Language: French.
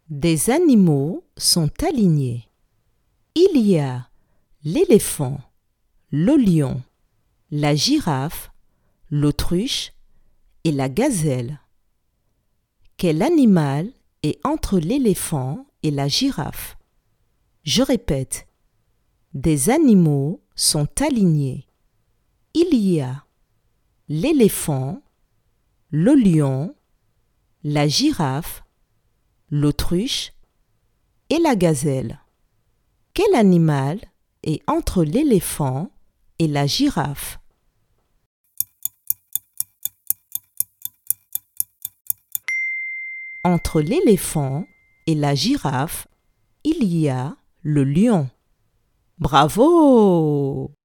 Des animaux sont alignés. Il y a l'éléphant, le lion, la girafe, l'autruche et la gazelle. Quel animal est entre l'éléphant et la girafe? Je répète, des animaux sont alignés. Il y a l'éléphant, le lion, la girafe, l'autruche et la gazelle. Quel animal est entre l'éléphant et la girafe? Entre l'éléphant et la girafe, il y a le lion. Bravo!